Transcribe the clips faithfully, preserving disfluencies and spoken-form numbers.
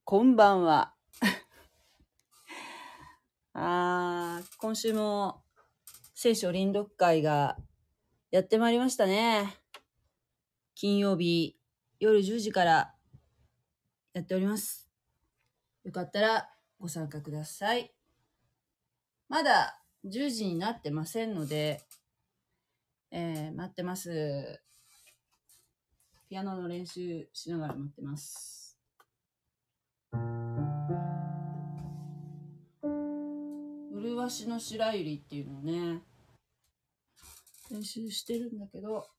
こんばんは。あー、今週も聖書臨読会がやってまいりましたね。金曜日夜じゅうじからやっております。よかったらご参加ください。まだじゅうじになってませんので、えー、待ってます。ピアノの練習しながら待ってます。麗しの白百合っていうのをね、練習してるんだけど、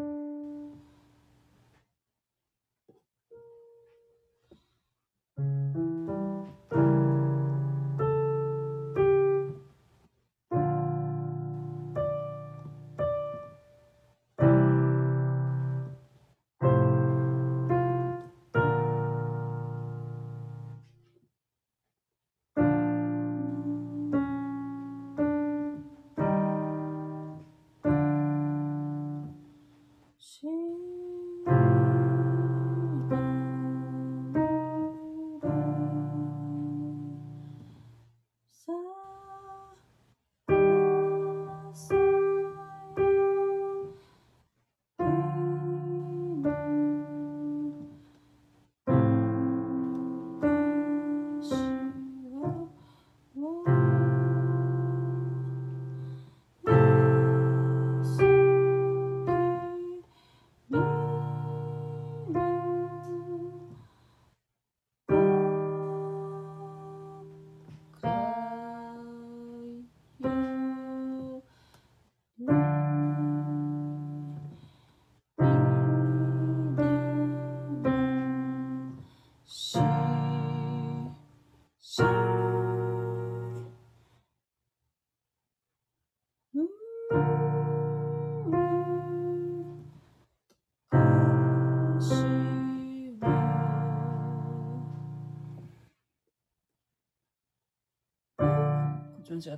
間違った。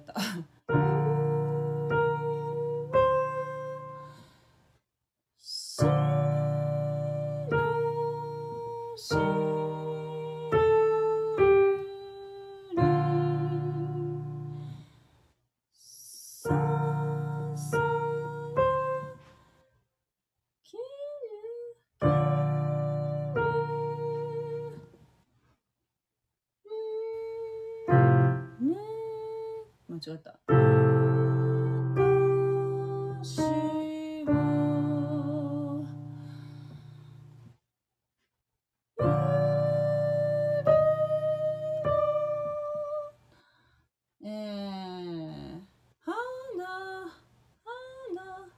間違った。えー、花、花、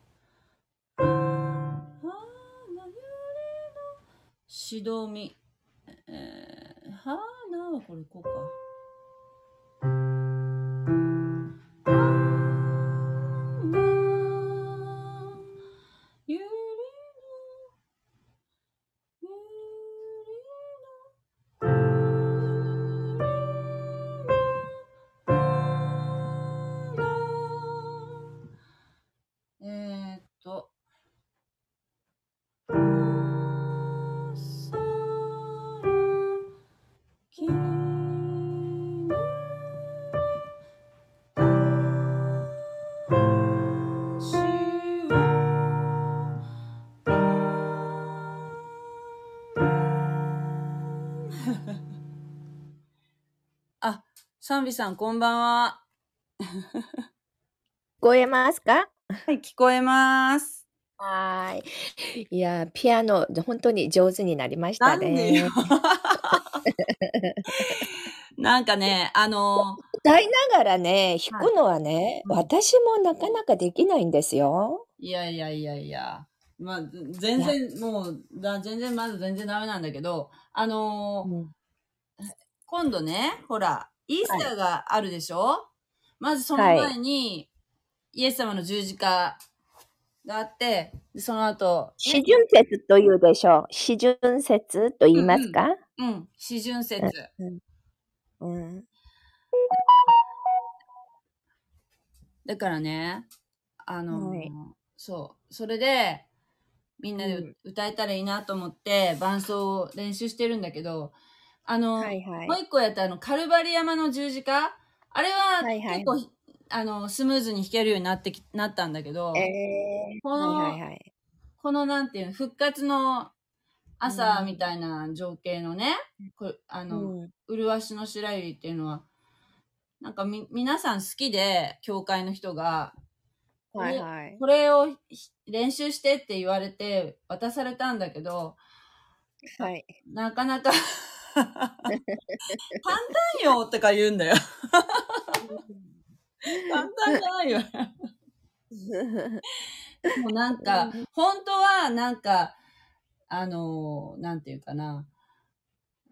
花よりのしどみ。えー、花はこれこうか。えーっと、あ、サンビさんこんばんは。 聞こえますか？ はい、聞こえます。 はい。いや、ピアノ、本当に上手になりましたなんでよ。 ね。 なんかね、あの歌いながらね、弾はい。 くのはね、 うん。 私もなかなかできないんですよ。 いやいやいやいや。まあ、 い全や、 然もう、だ全然まず全然ダメなんだけど、あのうん。 今度ね、ほら、イースはい。 ターがあるでしょ？まずそのはい。 前に、イエス様の十字架があって、でその後、イエス四旬節というでしょう。四旬節と言いますか？ うんうん。うん、四旬節。 うんうん。うん。 だからね、あのはい。 そう、それで、みんなでうん。 歌えたらいいなと思って、伴奏を練習してるんだけど、 あの、 はいはい。 もう一個やったあの、カルバリ山の十字架あれははいはい。 結構、あの、スムーズに弾けるようになってき、なったんだけえど、 えこはいはいの、 はい。 このなんていうの、復活のう朝みん。 たいな情景のね、これあうの、 ん。 麗しの白百合っていうのは、なんかみ、皆さん好きで、教会の人が、こはいれ、 はい。 これをひ練習してって言われて渡されたんだけど、 はい。 なかなか簡単よとか言うんだよ。簡単じゃないよ。もうなんか、本当はなんか、あの、なんていうかな、うん、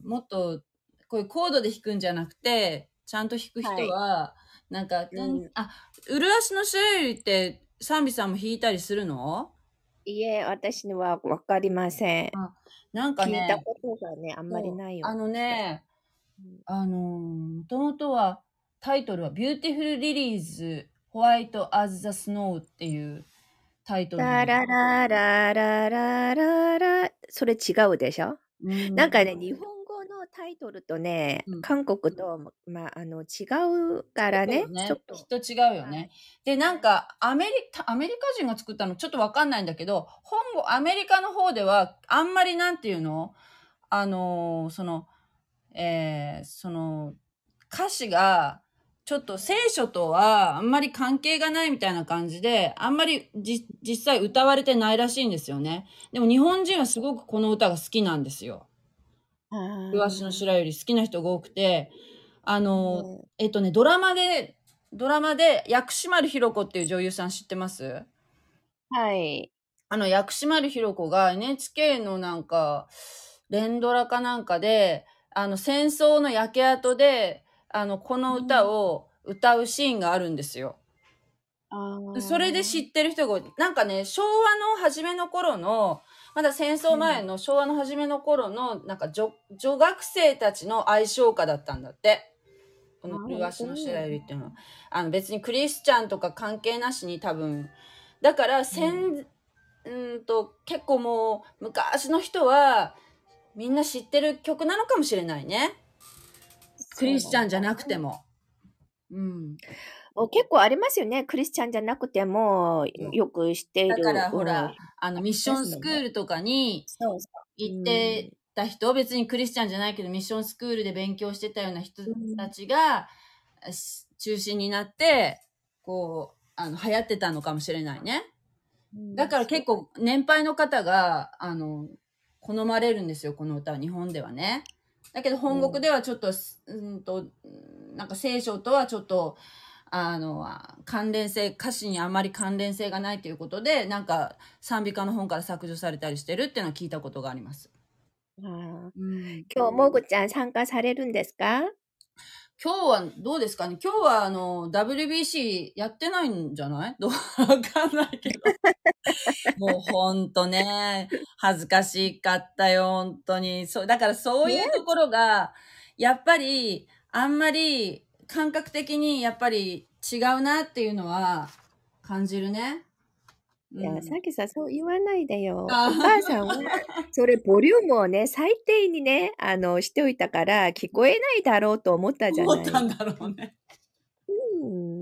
もっと、こういうコードで弾くんじゃなくて、ちゃんと弾くはい。 人は、なんか、 うん。 あ、麗しの白百合って、賛美さんも弾いたりするの？ いえ、私にはわかりません。 あ、なんか聞いたね、 ことがね、あんまりそう、 ないよあのうです。 ね、 うん。 あの、もともとは、タイトルは Beautiful Lilies White as the Snow っていうタイトルなラの。 ラララララララ、それ違うでしょ？ うん。 なんかね、日本語のタイトルとね、 うん。 韓国と、ま、あの、違うからそうよね、ちょっね。きっと、 と違うよはい。 ね。で、なんか、アメリカ、アメリカ人が作ったのちょっとわかんないんだけど、本語、アメリカの方では、あんまりなんていうのあの、その、えー、その、歌詞が、ちょっと聖書とはあんまり関係がないみたいな感じで、あんまりじ実際歌われてないらしいんですよね。でも日本人はすごくこの歌が好きなんですよ。 あイワシのあ。 白より好きな人が多くて、あの、 ね、 えっとね、ドラマで、ドラマで薬師丸ひろ子っていう女優さん知ってます？ はい。 あの、薬師丸ひろ子が エヌエイチケー のなんか、連ドラかなんかで、あの、戦争の焼け跡で、あの、この歌うん。 を歌うシーンがあるんですよ。 あそれで知っあ。 てる人が、なんかね、昭和の初めの頃の、まだ戦争うん。 前の昭和の初めの頃の、なんか女、女学生たちの愛称歌だったんだって。こあ、 のほんと麗しの白に？ 百合っていうのは。あの別にクリスチャンとか関係なしに多分。だからうん。 戦、うんと、結構もう昔の人はみんな知ってる曲なのかもしれないね。クリスチャンじゃそうなんだ。 なくても。うん。 お、結構ありますよね。クリスチャンじゃなくても、 そう。 よく知っていだかる、うん、あらほら、あのミッりションスクーますもんね。 ルとかにそうそう。 行っうん。 てた人、別にクリスチャンじゃないけどミッションスクールで勉強してたような人うん。 たちがし中心になって、こう、あの、流行ってたのかもしれないね。 うん、 だからそうか。 結構年配の方が、あの、好まれるんですよ、この歌は、日本ではね。だけど本国うん。 ではちょっと、うんと、なんか聖書とはちょっと、あの、関連性、歌詞にあまり関連性がないということで、なんか賛美歌の本から削除されたりしてるっていうのは聞いたことがあります。 ああ。 うん。 今日もぐちゃん参加されるんですか？ 今日はどうですかね。今日はあの、ダブリュービーシー やってないんじゃない？どうわかんないけど。もうほんとね、恥ずかしかったよ、ほんとに。そう、だからそういうところが、やっぱり、あんまり感覚的にやっぱり違うなっていうのは感じるね。 いや、 うん。 さきさん、そう言わないでよ。お母さんは、 あそれボリュームをね、最低にね、あの、しておいたから、聞こえないだろうと思ったじゃ思っない。 たんだろうね。 うん、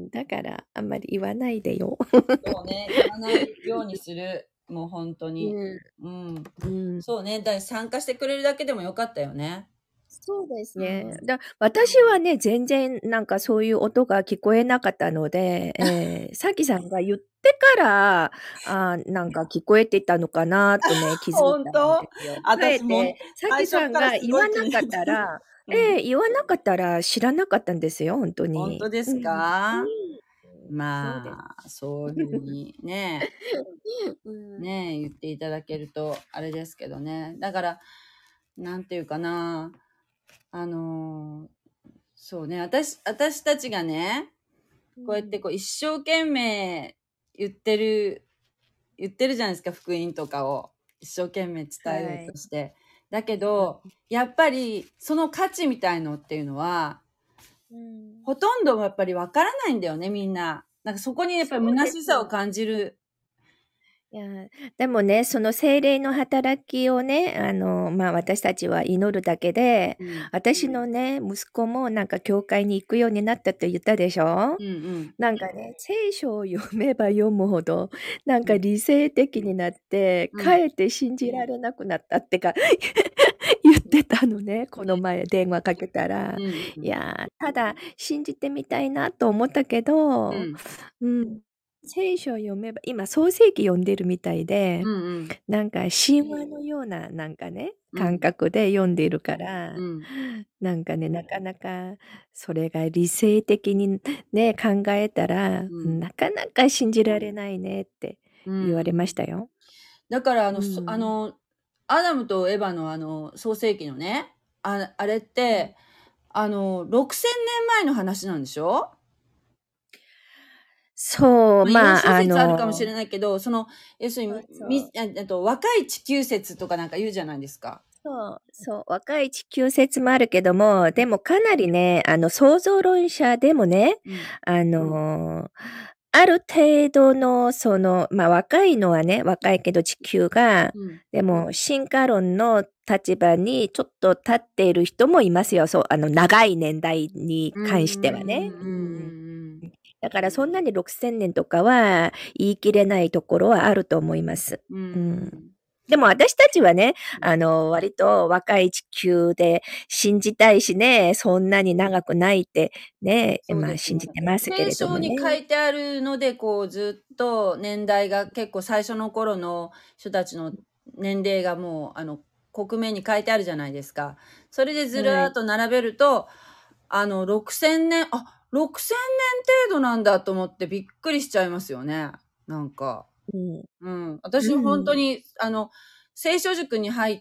だから、あんまり言わないでよ。 そうね、言わないようにする。もうほんとに。 うん。 うん。 うん。 そうね、だ参加してくれるだけでもよかったよね。 そうですうね。 ん。 だ私はね、全然なんかそういう音が聞こえなかったので、ええ、さきさんが言ってから、ああ、なんか聞こえてたのかなとね、気づいたんほんと？ ですよ。かえっ私もて、さ最きさんが初っからす言わなかっごい気になってたらうん。 ええ、言わなかったら知らなかったんですよ、ほんとに。 ほんとですうん。うん。 か？ そうです。 まあ、そういう風にね、 うん。 ね、言っていただけるとあれですけどね。だから、なんていうかな、あの、そうね、私私たちがね、こうやってうん。 こう一生懸命言ってる言ってるじゃないですか、福音とかを。一生懸命伝えようはい。 として。だけうん。 ど、やっぱりその価値みたいのっていうのは、 うん。 ほとんどやっぱりわからないんだよね、みんな。なんかそこにやっぱりそう虚しさをですよ。 感じる。 いや、でもね、その聖霊の働きをね、あの、まあ、私たちは祈るだけで、 うん。 私のね、息子もなんか教会に行くようになったと言ったでしょ？ うんうん。 なんかね、聖書を読めば読むほど、なんうん。 か理性的になって、 うん。 かえって信じられなくなったってか言ってたのね、この前電話かけたら。 うんうん。 いや、ただ信じてみたいなと思ったけうど、 ん。 うん、聖書を読めば今創世記読んでるみたいで、 うんうん。 なんか神話のようななんかね、感うん。 覚で読んでいるから、 うん。 なんかね、なかなかそれが理性的にね、考えたら、 うん。 なかなか信じられないねってう言わん。 れましたよ。 だからあうの、そあん。 の、アダムとエバのあの、創世記のね、ああれっうん。 て、あの、ろくせんねんまえの話なんでしょ？ そう、 ま、いろいろまあ、あ諸説あるかもしれのないけど、その、要するそうに、みそう。 あ、えっと、若い地球説とかなんか言うじゃないですか。 そう、そう、若い地球説もあるけども、 うん。 でもかなりね、あの、創造論者でもね、 うん。 あの、ある程度のその、ま、若いのはね、若いけど地球が、 うん。 でも進化論の立場にちょっと立っている人もいますよ。そう、あの、長い年代にうん関うんしてはね。 うんうんううん。 んうん。 だからそんなにろくせんねんとかは言い切れないところはあると思います。 うんうん。 うん。 でも私たちはね、 うん。 あの、割と若い地球で信じたいしね、そんなに長くないってね、まあ、 そうですね。 信じてますけ聖れどもね。 書に書いてあるので、こうずっと年代が結構最初の頃の人たちの年齢がもう、あの、克明に書いてあるじゃないですか。それでずはい。 らっと並べると、あの、ろくせんねん、あ、ろくせんねん程度なんだと思ってびっくりしちゃいますよね。なんか。 うん。 うん。 う私ほんとん。 に、あの、聖書塾に入って、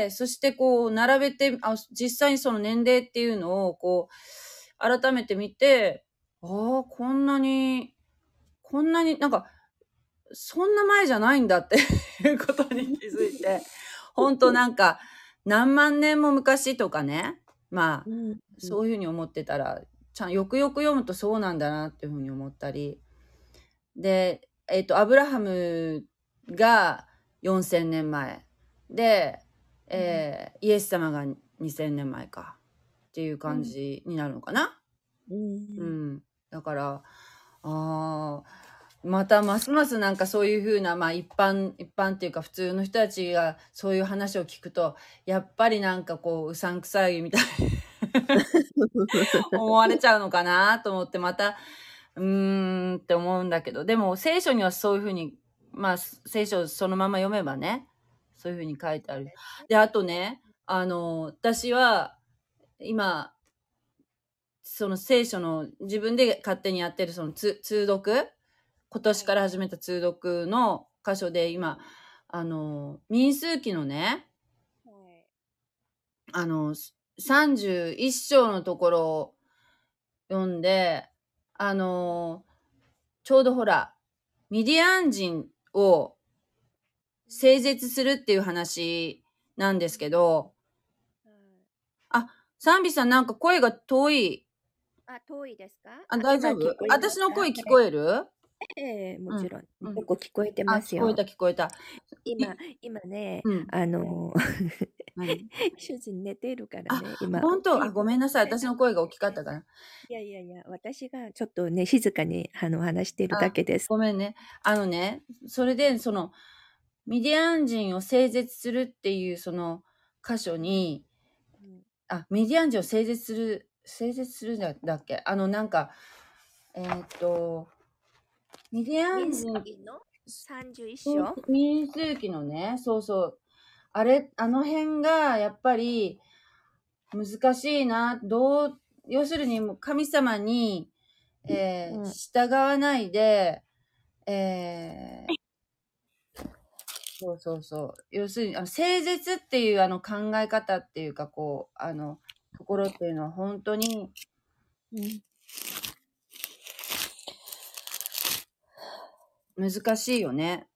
そしてこう並べて、あ、実際にその年齢っていうのをこう、改めて見て、ああ、こんなにこんなになんか、そんな前じゃないんだっていうことに気づいて、ほんとなんか、何万年も昔とかね、まあ、 うん、うん。 そういう風に思ってたら、ちゃんよくよく読むとそうなんだなっていう風に思ったり。で、えっと、アブラハムがよんせんねんまえ。で、 うん。 ええ、イエス様がにせんねんまえかっていう感うん。 じになるのかな。 ううん。 ん。だから、ああ、またますますなんかそういう風な、ま、一般一般っていうか普通の人たちがそういう話を聞くと、やっぱりなんかこう、うさんくさいみたい思われちゃうのかなと思って、また、うーんって思うんだけど、でも聖書にはそういう風に、まあ、聖書をそのまま読めばね、そういう風に書いてある。で、あとね、あの、私は今その聖書の自分で勝手にやってるそのつ通読、今年はい。 から始めた通読の箇所で今、あの、民数記のね、 はい。 あの、さんじゅういっ章のところを読んで、あの、ちょうどほら、ミディアン人をうん。 整絶するっていう話なんですけど、 はい。 あ、サンビさんなんか声が遠い。 あ、遠いですか？ あ、 あ、 大丈夫？ 今聞こえますか？は私の声聞こい。 える？ ええ、もうん。 ちろん。 うん。 よく聞こえてあ、 ますよ。 聞こえた聞こえた。 今い今ね、 うん。 あの、 何？ 主人寝てるからあ、 ね、今、 ほんと？あ、 今、 ごめんなさい。 え、 私の声が大きかったかな。 いやいやいや、私がちょっとね、静かにあの、話してるだあ、 けです。 ごめんね。あのね、それでその、ミディアン人を整絶するっていうその箇所に、 うん。 あ、ミディアン人を整絶する整絶するんだだっけ？あのなんか、えっと、ミディアン民数人記のさんじゅういっそう章？ 民数記のね、そうそう。あれ、あの辺がやっぱり難しいな。どう、要するにもう神様に、えーうん。 従わないで、えーそうそうそう。要するに、あの、誠実っていうあの考え方っていうか、こう、あの、ところっていうのは本当にうん。 難しいよね。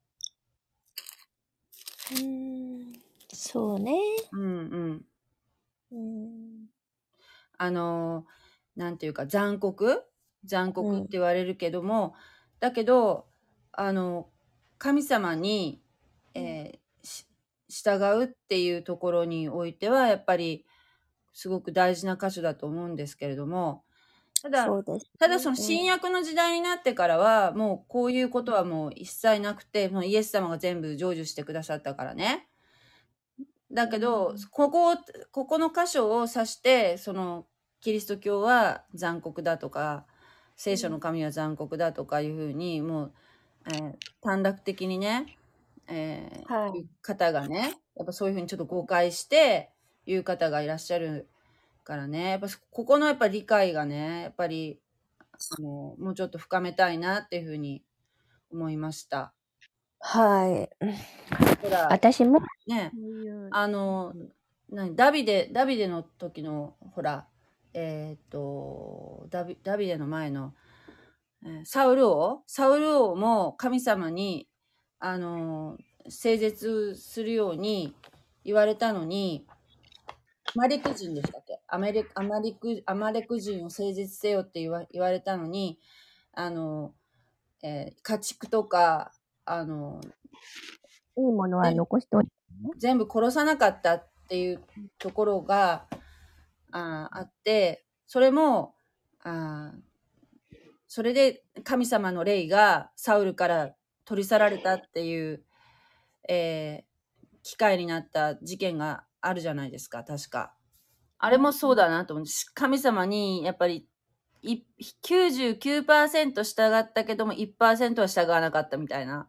うーん、そうね。 うんうん。 うーん。 あの、なんていうか、残酷残うん。 酷って言われるけども、だけど、あの、 神様に、えーし従うっていうところにおいては、やっぱりすごく大事な箇所だと思うんですけれども、ただ、 そうですただそのね。 新約の時代になってからは、もうこういうことはもう一切なくて、もうイエス様が全部成就してくださったからね。だけど、ここを、ここの箇所を指して、その、キリスト教は残酷だとか、聖書の神は残酷だとかいうふうに、もう、えー短絡的にね、えーはい。 いう方がね、やっぱそういうふうにちょっと誤解して言う方がいらっしゃるからね、やっぱここのやっぱ理解がね、やっぱり、あの、もうちょっと深めたいなっていうふうに思いました。 はい。 ほら、 私も、 ね、 そういう、 あの、何ダビデ、ダビデの時の、ほら、えーっと、ダビ、ダビデの前の、えーサウル王サウル王も神様に、あの、聖絶するように言われたのに、アマレク人でしたっけアメリアマリクアマレク人を聖絶せよって言わ言われたのに、あの、えー家畜とか、あの、 いいものは全部残しておいてね。 全部殺さなかったっていうところがあーあって、それも、あーそれで神様の霊がサウルから取り去られたっていう、えー機会になった事件があるじゃないですか、確か。あれもそうだなと思う。神様にやっぱりいきゅうじゅうきゅうパーセント従ったけどもいちパーセントは従わなかったみたいな。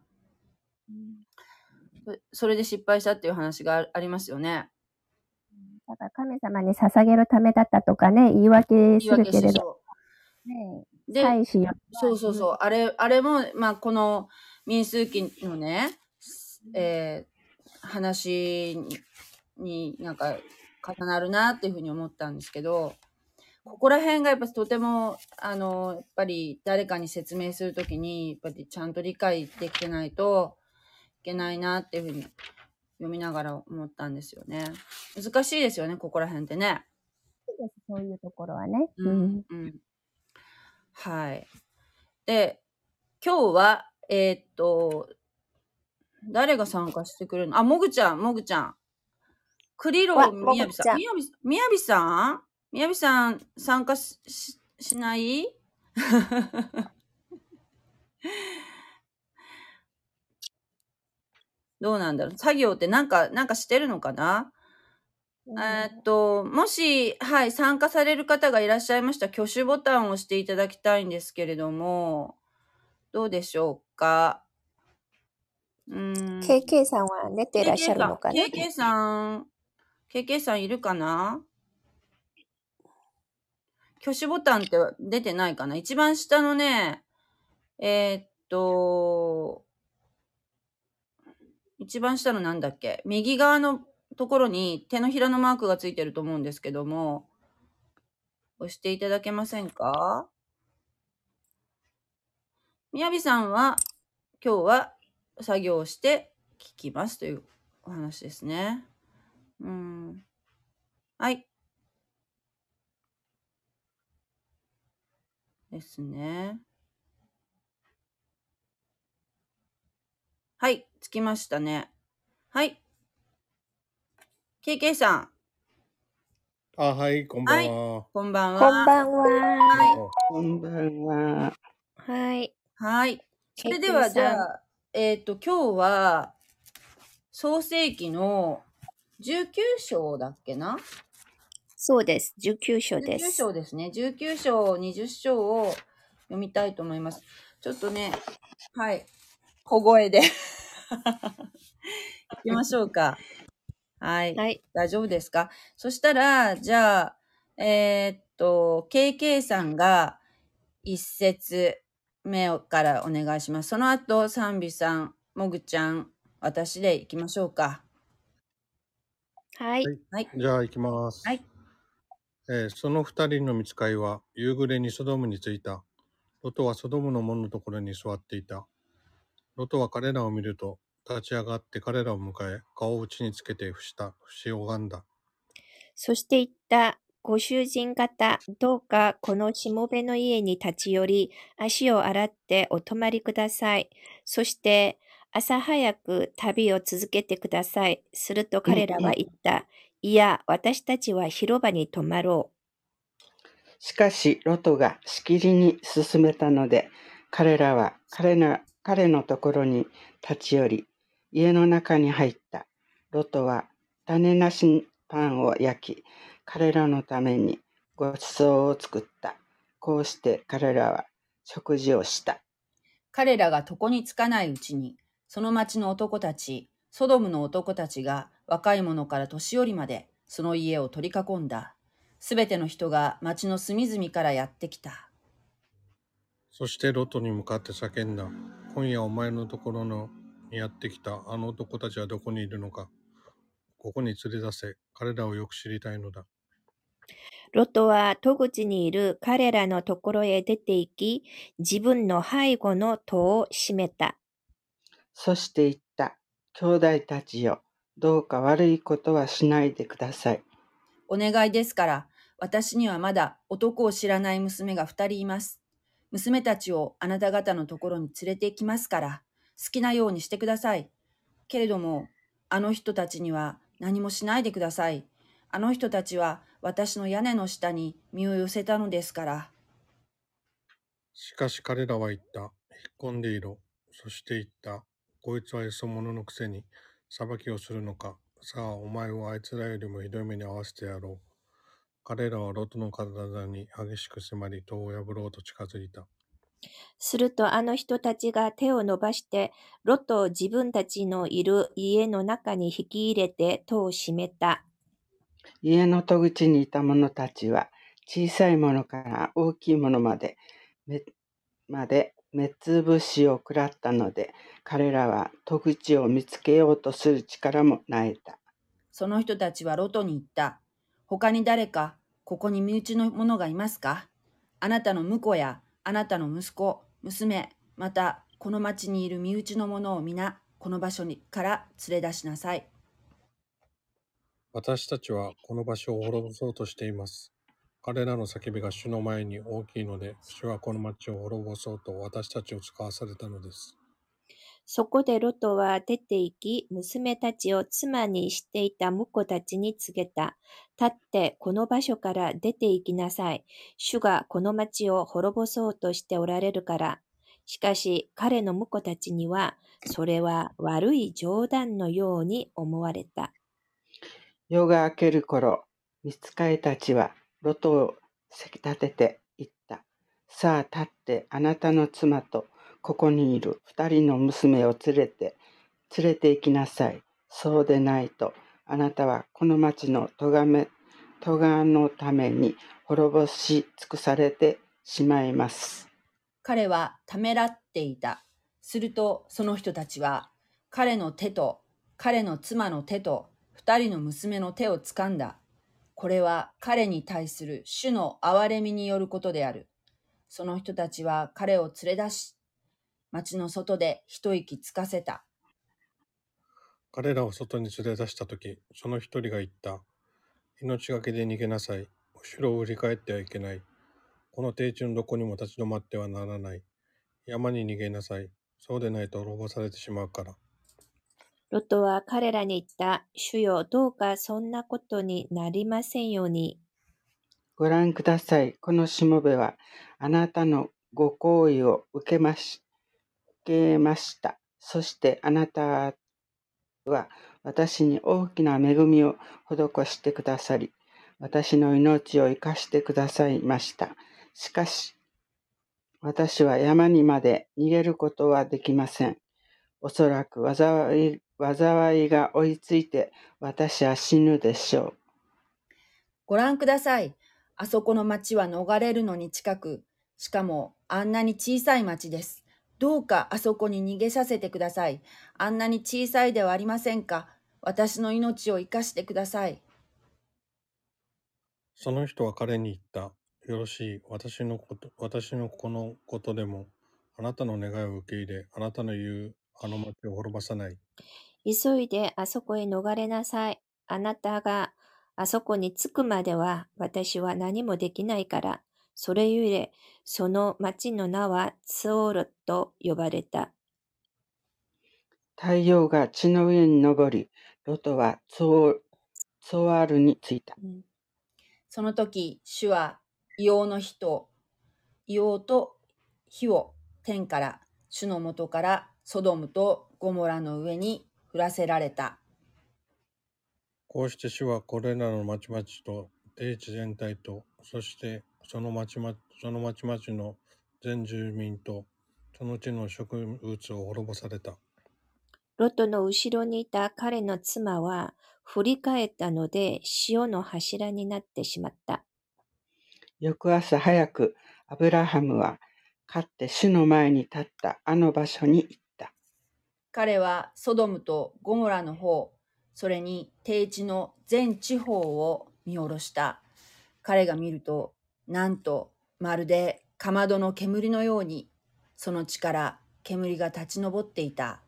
そそれで失敗したっていう話があありますよね。 だから神様に捧げるためだったとかね、言い訳言いする訳しけれど、 そう。 ね、 で、 祭司よそうそうそう。あれ、あれも、まあ、この民数記のね、えー話に、になんか重なるなっていうふうに思ったんですけど、ここら辺がやっぱとても、あの、やっぱり誰かに説明するときに、やっぱりちゃんと理解できてないといけないなっていうふうに読みながら思ったんですよね。難しいですよね、ここら辺ってね。 そういうところはね。 ううんん、うん。はい。で、今日は、えーっと、誰が参加してくれるのあ、もぐちゃん、もぐちゃん。クリロわ、 ーみやびさん。 もぐちゃん。 みやび、みやびさんみやびさん参加し、し、しないどうなんだろう作業ってなんか、なんかしてるのかなえーっと、もし、はい、参加される方がいらっしゃいましたら、挙手ボタンを押していただきたいんですけれども、どうでしょうかうーん。 ケーケー さんは寝てらっしゃケーケー さん、 るのかなケーケー さん、ケーケー さんいるかな挙手ボタンって出てないかな一番下のね、えーっと、一番下のなんだっけ右側のところに手のひらのマークがついてると思うんですけども、押していただけませんかみやびさんは今日は作業をして聞きますというお話ですね。うん。はい。ですね。はい。つきましたね。はい。ケーケー さん。 あ、はい、こんばはい。 んは。 こんばんは。 こんばんは。 はおこんばんは。 はい。 い。はい。それでは、 ケーケーさんじゃあ、えっと、今日は、創世記のじゅうきゅう章だっけなそうです。じゅうきゅう章でじゅうきゅうす。 章ですね。じゅうきゅう章、にじゅう章を読みたいと思います。ちょっとね、はい。小声で。行きましょうか。はい。 はい。 大丈夫ですかそしたら、じゃあ、えーっと、ケーケー さんが一節目からお願いします。その後、サンビさん、もぐちゃん、私で行きましょうか。 はい。 はい。 はい。 じゃあ、行きます。 はい。 えーその二人の見つかいは、夕暮れにソドムに着いた。ロトはソドムの門のところに座っていた。ロトは彼らを見ると、立ち上がって彼らを迎え、顔を地につけて伏した、伏し拝んだ。 そして言った。ご主人方、どうかこのしもべの家に立ち寄り、足を洗ってお泊まりください。そして、 朝早く旅を続けてください。すると彼らは言った。いや、私たちは広場に泊まろう。 しかし、ロトがしきりに進めたので、彼らは彼の彼のところに立ち寄り、家の中に入った。ロトは種なしパンを焼き、彼らのためにごちそうを作った。こうして彼らは食事をした。 彼らが床につかないうちに、その町の男たち、ソドムの男たちが若い者から年寄りまでその家を取り囲んだ。すべての人が町の隅々からやってきた。 そしてロトに向かって叫んだ。今夜お前のところのにやってきたあの男たちはどこにいるのか。ここに連れ出せ。彼らをよく知りたいのだ。 ロトは戸口にいる彼らのところへ出て行き、自分の背後の戸を閉めた。 そして言った。兄弟たちよ、どうか悪いことはしないでください。 お願いですから、私にはまだ男を知らない娘が二人います。娘たちをあなた方のところに連れて行きますから、好きなようにしてください。けれども、あの人たちには何もしないでください。あの人たちは私の屋根の下に身を寄せたのですから。 しかし彼らは言った。引っ込んでいろ。そして言った。こいつはよそ者のくせに裁きをするのか。さあ、お前をあいつらよりもひどい目に遭わせてやろう。彼らはロトの体に激しく迫り、戸を破ろうと近づいた。 するとあの人たちが手を伸ばして、ロトを自分たちのいる家の中に引き入れて戸を閉めた。 家の戸口にいた者たちは、小さいものから大きいものまで、めまで目つぶしを食らったので、彼らは戸口を見つけようとする力もなえた。 その人たちはロトに言った。他に誰か、ここに身内の者がいますか？あなたの婿や、あなたの息子、娘、また、この町にいる身内の者を皆、この場所にから連れ出しなさい。 私たちはこの場所を滅ぼそうとしています。彼らの叫びが主の前に大きいので、主はこの町を滅ぼそうと私たちを使わされたのです。 そこでロトは出て行き、娘たちを妻にしていた婿たちに告げた。立ってこの場所から出て行きなさい。主がこの町を滅ぼそうとしておられるから。しかし彼の婿たちには、それは悪い冗談のように思われた。 夜が明ける頃、御使いたちはロトをせき立てて言った。さあ立ってあなたの妻とここにいる二人の娘を連れて、連れて行きなさい。そうでないと、あなたはこの町の咎め、咎のために滅ぼし尽くされてしまいます。 彼はためらっていた。するとその人たちは、彼の手と彼の妻の手と二人の娘の手を掴んだ。これは彼に対する主の憐れみによることである。その人たちは彼を連れ出し、町の外で一息つかせた。 彼らを外に連れ出したとき、その一人が言った。命がけで逃げなさい。後ろを振り返ってはいけない。この低地のどこにも立ち止まってはならない。山に逃げなさい。そうでないと滅ぼされてしまうから。 ロトは彼らに言った。主よ、どうかそんなことになりませんように。 ご覧ください。このしもべはあなたのご好意を受けまし、受けました。そしてあなたは私に大きな恵みを施してくださり、私の命を生かしてくださいました。しかし、私は山にまで逃げることはできません。おそらく災い、災いが追いついて私は死ぬでしょう。 ご覧ください。あそこの町は逃れるのに近く、しかもあんなに小さい町です。どうかあそこに逃げさせてください。あんなに小さいではありませんか。私の命を生かしてください。 その人は彼に言った。よろしい。私のこと、私のこのことでも、あなたの願いを受け入れ、あなたの言うあの町を滅ぼさない。 急いであそこへ逃れなさい。あなたがあそこに着くまでは私は何もできないから。それゆえ、その町の名はツオールと呼ばれた。 太陽が地の上に昇り、ロトはツォツォアルに着いた。 うん、 その時、主は硫黄の火と、硫黄と火を天から、主の元からソドムとゴモラの上に降らせられた。 こうして主はこれらの町々と低地全体と、そしてその町々その町々の全住民と、その地の植物を滅ぼされた。 ロトの後ろにいた彼の妻は振り返ったので塩の柱になってしまった。 翌朝早く、アブラハムは、かって主の前に立ったあの場所に行った。 彼はソドムとゴモラの方、それに低地の全地方を見下ろした。彼が見ると、なんとまるでかまどの煙のように、その地から煙が立ち上っていた。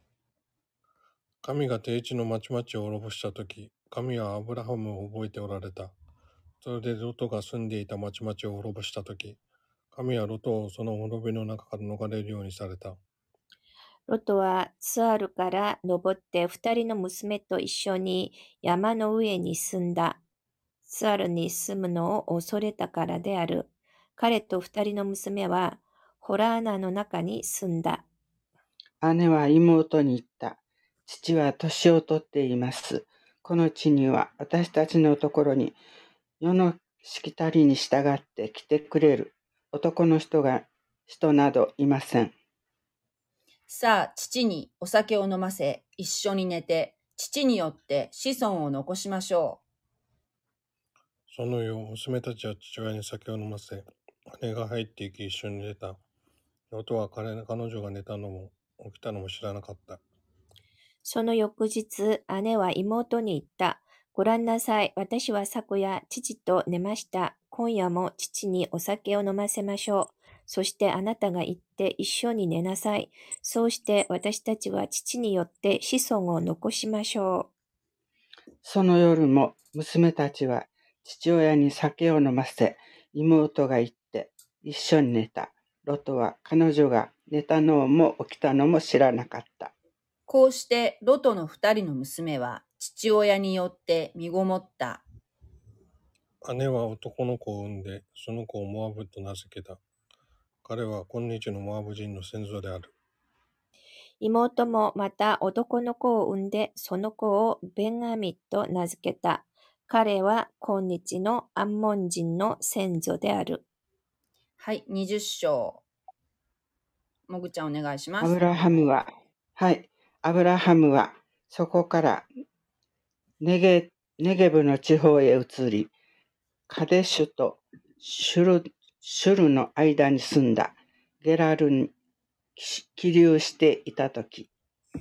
神が低地の町々を滅ぼしたとき、神はアブラハムを覚えておられた。それでロトが住んでいた町々を滅ぼしたとき、神はロトをその滅びの中から逃れるようにされた。 ロトはツアルから登って二人の娘と一緒に山の上に住んだ。ツアルに住むのを恐れたからである。彼と二人の娘はホラー穴の中に住んだ。 姉は妹に言った。父は年を取っています。この地には私たちのところに世のしきたりに従って来てくれる男の人が人などいません。 さあ、父にお酒を飲ませ、一緒に寝て、父によって子孫を残しましょその夜、娘たちは父親に酒を飲ませ、姉が入っていき一緒に寝た。ロトは彼彼女が寝たのも起きたのも知らなかった。 その翌日、姉は妹に言った。ご覧なさい。私は昨夜、父と寝ました。今夜も父にお酒を飲ませましょう。そしてあなたが行って一緒に寝なさい。そうして私たちは父によって子孫を残しましょその夜も娘たちは父親に酒を飲ませ、妹が行って一緒に寝た。ロトは彼女が寝たのも起きたのも知らなかった。 う。こうしてロトの二人の娘は父親によって身ごもった。 姉は男の子を産んで、その子をモアブと名付けた。彼は今日のモアブ人の先祖である。 う。妹もまた男の子を産んで、その子をベンアミと名付けた。彼は今日のアンモン人の先祖である。 はい、にじゅっ章。もぐちゃんお願いしまアブす。 ラハムは、はい、アブラハムはそこからネゲネゲブの地方へ移り、カデシュとシュルシュルの間に住んだ。ゲラルに起立していたとき、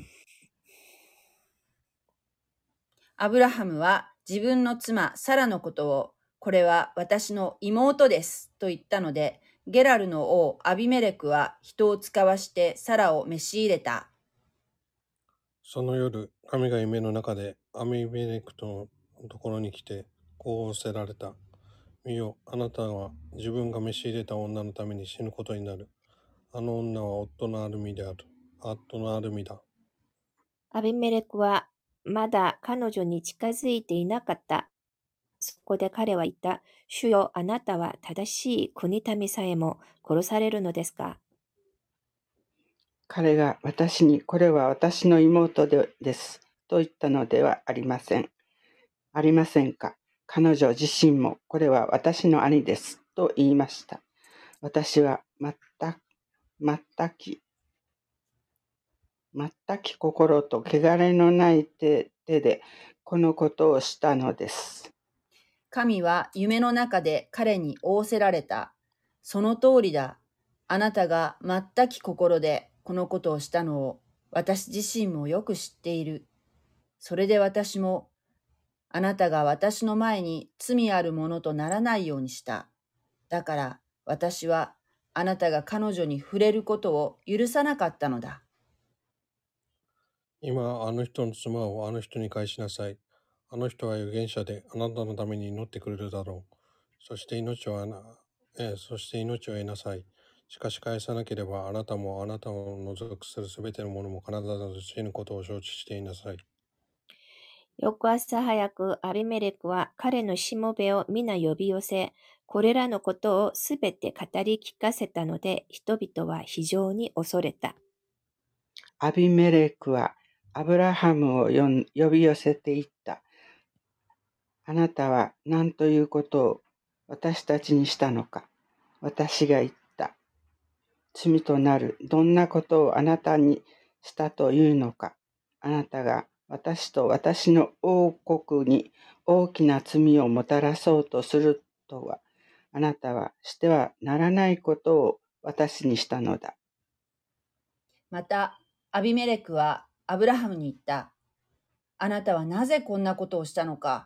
アブラハムは自分の妻サラのことを、これは私の妹ですと言ったので、ゲラルの王アビメレクは人を使わしてサラを召し入れた。 その夜、神が夢の中でアミメレクトのところに来て、こう仰せられた。見よ、あなたは自分が召し入れた女のために死ぬことになる。あの女は夫のアルミである。夫のアルミだ。 アビメレクはまだ彼女に近づいていなかった。そこで彼は言った。主よ、あなたは正しい国民さえも殺されるのですか。 彼が私に、これは私の妹でですと言ったのではありません。ありませんか。彼女自身も、これは私の兄ですと言いました。私は全く、全く、全く心と汚れのない手でこのことをしたのです。 神は夢の中で彼に仰せられた。その通りだ。あなたが全く心でこのことをしたのを私自身もよく知っている。それで私もあなたが私の前に罪あるものとならないようにした。だから私はあなたが彼女に触れることを許さなかったのだ。 今、あの人の妻をあの人に返しなさい。あの人は預言者であなたのために祈ってくれるだろう。そして命をあな、えーそして命を得なさい。 しかし返さなければ、あなたもあなたを除くするすべてのものも必ず死ぬことを承知していなさい。 翌朝早くアビメレクは彼のしもべを皆呼び寄せ、これらのことをすべて語り聞かせたので、人々は非常に恐れた。 アビメレクはアブラハムを呼ん呼び寄せていった。あなたは何ということを私たちにしたのか。私が言った。罪となるどんなことをあなたにしたというのか。あなたが私と私の王国に大きな罪をもたらそうとするとは、あなたはしてはならないことを私にしたのだ。 また、アビメレクはアブラハムに言った。あなたはなぜこんなことをしたのか。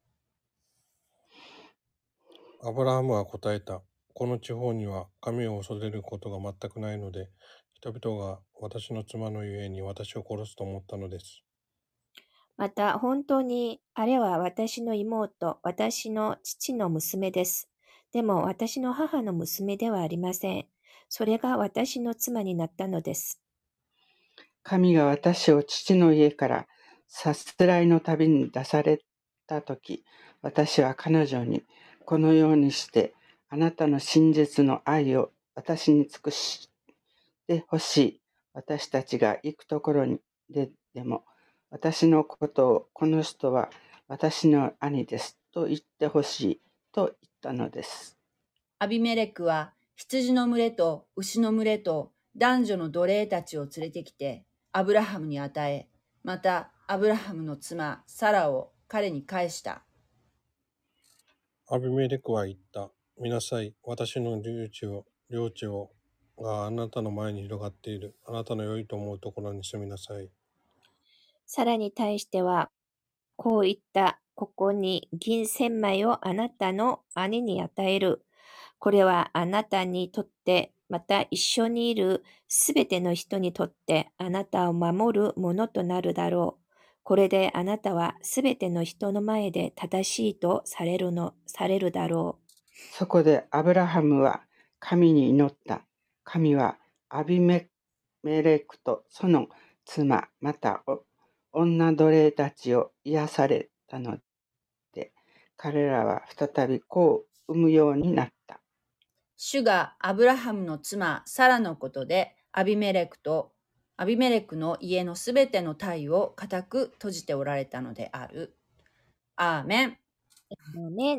アブラハムは答えた。この地方には神を恐れることが全くないので、人々が私の妻のゆえに私を殺すと思ったのです。 また、本当に、あれは私の妹、私の父の娘です。でも、私の母の娘ではありません。それが私の妻になったのです。 神が私を父の家からさすらいの旅に出されたとき、私は彼女にこのようにしてあなたの真実の愛を私に尽くしてほしい。私たちが行くところにででも、私のことをこの人は私の兄ですと言ってほしいと言ったのです。 アビメレクは羊の群れと牛の群れと男女の奴隷たちを連れてきてアブラハムに与え、またアブラハムの妻サラを彼に返した。 アビメレクは言った。見なさい。私の領地を、領地をがあなたの前に広がっている。あなたの良いと思うところに住みなさい。 サラに対しては、こう言った。ここに銀千枚をあなたの兄に与える。これはあなたにとって、また一緒にいるすべての人にとってあなたを守るものとなるだろう。これであなたはすべての人の前で正しいとされるの、されるだろそこでアブラハムは神に祈った。神はアビメレクとその妻、また女奴隷たちを癒されたので、彼らは再び子を産むようになった。 主がアブラハムの妻サラのことでアビメレクとアビメレクの家のすべての体を固く閉じておられたのである。アーメン。 う。もうね、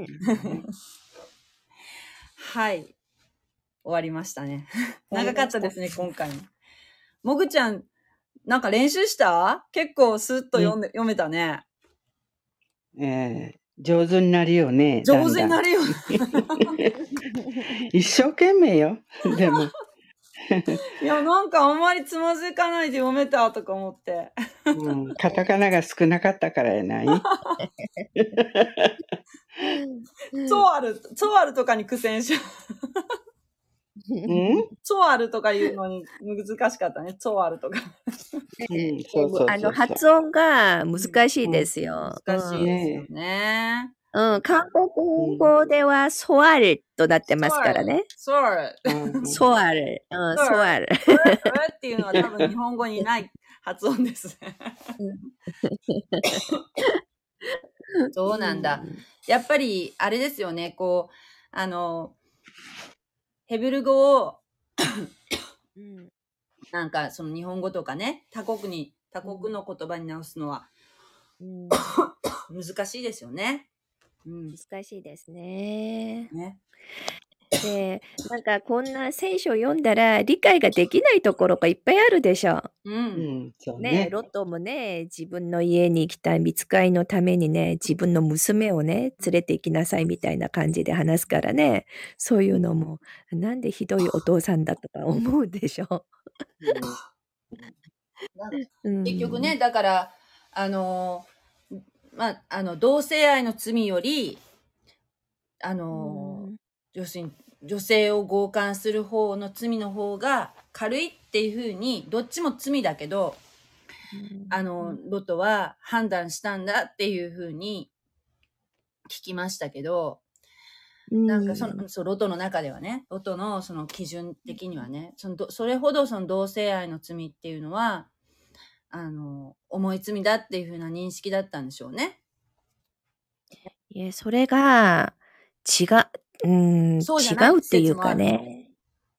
はい。終わりましたね。長かったですね、今回も。もぐちゃん、なんか練習した？結構スッと読んで、読めたね。 えー上手になるよね。 上手になる。 るよ。 一生懸命よ。でも。 いや、なんかあんまりつまずかないで読めたとか思って。 うん、カタカナが少なかったからやない。 ツォアル、ツォアルとかに苦戦し、 うんツォアルとか言うのに難しかったね。ツォアルとか。 うん、そうそうそうそう。 あの、発音が難しいですよ。 難しいですよね。 うん、うん韓国語ではソアルとなってますからね。 ツォアル。 うんソアル。うん、ソアル。 ツォアルっていうのは多分日本語にない発音ですね。そうなんだ。やっぱり、あれですよね、こう、あの、ヘブル語を、 うんなんかその日本語とかね、他国に、他国の言葉に直すのはうん難しいですよね。うん。 難しいですね。 ね。 で、なんかこんな聖書を読んだら理解ができないところがいっぱいあるでしょ。 う。 うんん、そうね、 ね。 ロットもね、自分の家に来た見つかいのためにね、自分の娘をね、連れて行きなさいみたいな感じで話すからね、そういうのも、なんでひどいお父さんだとか思うでしょ。うん結局ね、だから、あの、まあ、あの、同性愛の罪より、あの、 うん要するに女性を強姦する方の罪の方が軽いっていうふうに、どっちも罪だけど、あの、ロトは判断したんだっていうふうに聞きましたけど、 なんかその、そう、ロトの中ではね、ロトのその基準的にはね、そのどそれほどその同性愛の罪っていうのは、あの、重い罪だっていうふうな認識だったんでしょうね。 いえ、それが、違う、うん、違そうじゃないうっていうか説もあるの。 ね。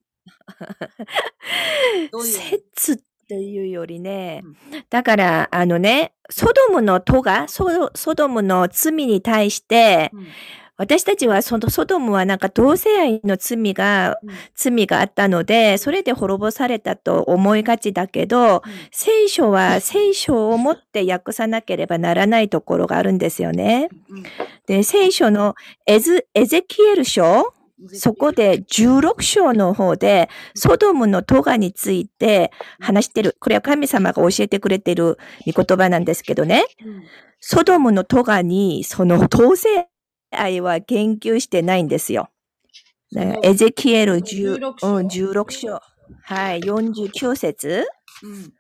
どういう説っていうよりね、 うんだから、あのね、ソドムの都が、ソソドムの罪に対して、 うん私たちはそのソドムはなんか同性愛の罪が、 うん罪があったので、それで滅ぼされたと思いがちだけど、 うん聖書は聖書をもって訳さなければならないところがあるんですよね。 うんで、聖書のエズエゼキエル書、そこでじゅうろく章の方で、ソドムの咎について話してる。これは神様が教えてくれてる御言葉なんですけどね。 うんソドムの咎にその同性愛は言及してないんですよ。 そのエゼキエルじゅうじゅうろく章うん、じゅうろく章。はい、よんじゅうきゅう節うん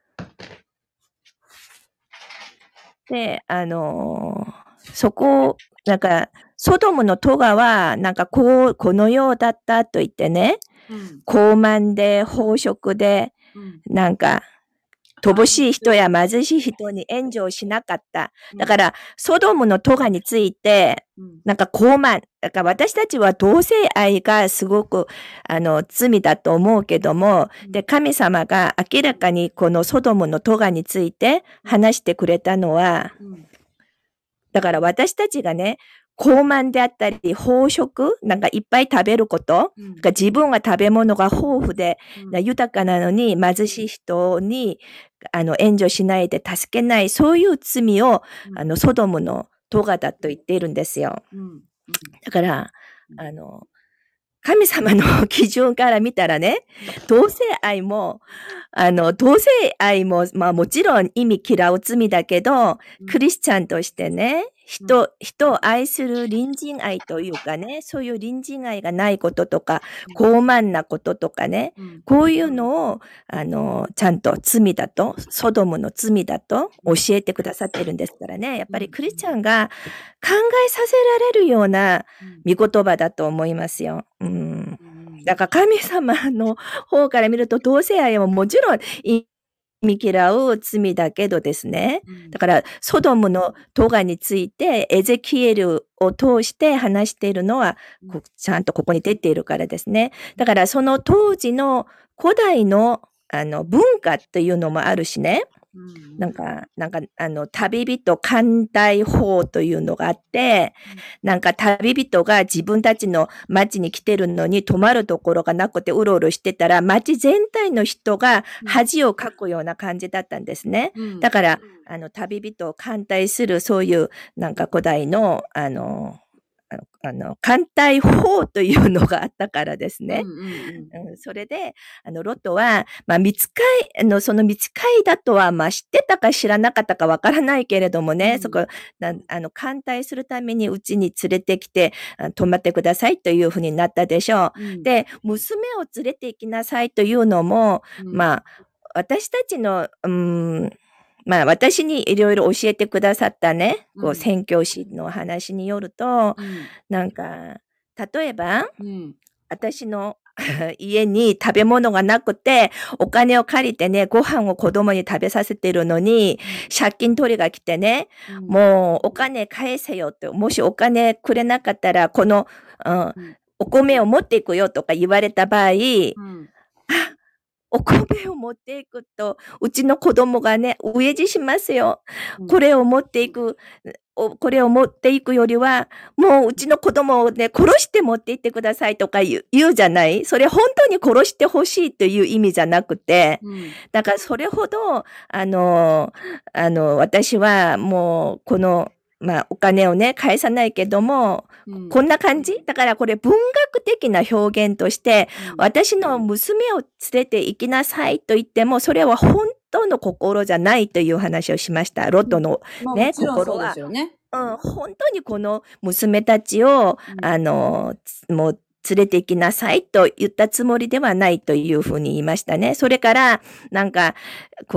で、あのーそこ、なんか、ソドムの咎は、なんかこう、このようだったと言ってね、 うん傲慢で、飽食で、 うんなんか、乏しい人や貧しい人に援助をしなかった。だから、ソドムの咎について、 うんなんか傲慢。だから私たちは同性愛がすごく、あの、罪だと思うけども、で、神様が明らかにこのソドムの咎について話してくれたのは、 うんだから私たちがね、傲慢であったり、飽食、なんかいっぱい食べること、 うんが自分は食べ物が豊富で、 うん豊かなのに貧しい人にあの援助しないで助けない、そういう罪を、 うんあの、ソドムの咎だと言っているんですよ。 うんだから、あの、神様の基準から見たらね、同性愛も、あの、同性愛も、まあもちろん意味嫌う罪だけど、クリスチャンとしてね、人、人を愛する隣人愛というかね、そういう隣人愛がないこととか、傲慢なこととかね、 うんこういうのを、あの、ちゃんと罪だと、ソドムの罪だと教えてくださってるんですからね、やっぱりクリスチャンが考えさせられるような御言葉だと思いますよ。うん。 うんだから神様の方から見ると同性愛はもちろん意味嫌う罪だけどですね。 うんだからソドムの咎についてエゼキエルを通して話しているのはこちゃんとここに出ているからですね。だからその当時の古代のあの文化っていうのもあるしね。 うんなんか、なんか、あの、旅人歓待法というのがあって、なんか旅人が自分たちの町に来てるのに泊まるところがなくてうろうろしてたら、町全体の人が恥をかくような感じだったんですね。 うんだから、あの、旅人を歓待する、そういう、なんか古代の、あの、あの、あの歓待法というのがあったからですね。 うんうんうんうん、それで、あの、ロトは、まあ、見つかい、あの、その見つかいだとは、まあ、知ってたか知らなかったかわからないけれどもね、 うんそこ、なあの、歓待するためにうちに連れてきて、あ泊まってくださいというふうになったでしょう。 うんで、娘を連れて行きなさいというのも、 うんまあ、私たちの、うーん、まあ、私にいろいろ教えてくださったね、こうんう、宣教師の話によると、 うんなんか、例えば、 うん私の家に食べ物がなくて、お金を借りてね、ご飯を子供に食べさせてるのに、借金取りが来てね、 うんもうお金返せよって、もしお金くれなかったら、この、うんうんお米を持っていくよとか言われた場合、 うんお米を持っていくと、うちの子供がね、飢え死しますよ。 うんこれを持っていく、おこれを持っていくよりは、もううちの子供をね、殺して持って行ってくださいとか言う言うじゃない？それ本当に殺してほしいという意味じゃなくて、 うんだからそれほど、あの、あの、私はもうこの、まあお金をね、返さないけども、 うんこんな感じだからこれ文学的な表現として、 うん私の娘を連れて行きなさいと言っても、それは本当の心じゃないという話をしました。ロトの、ねまあもちろんそうですよね。 うん、本当にこの娘たちを、 うんあの、つもう連れて行きなさいと言ったつもりではないというふうに言いましたね。それから、なんか、こう、一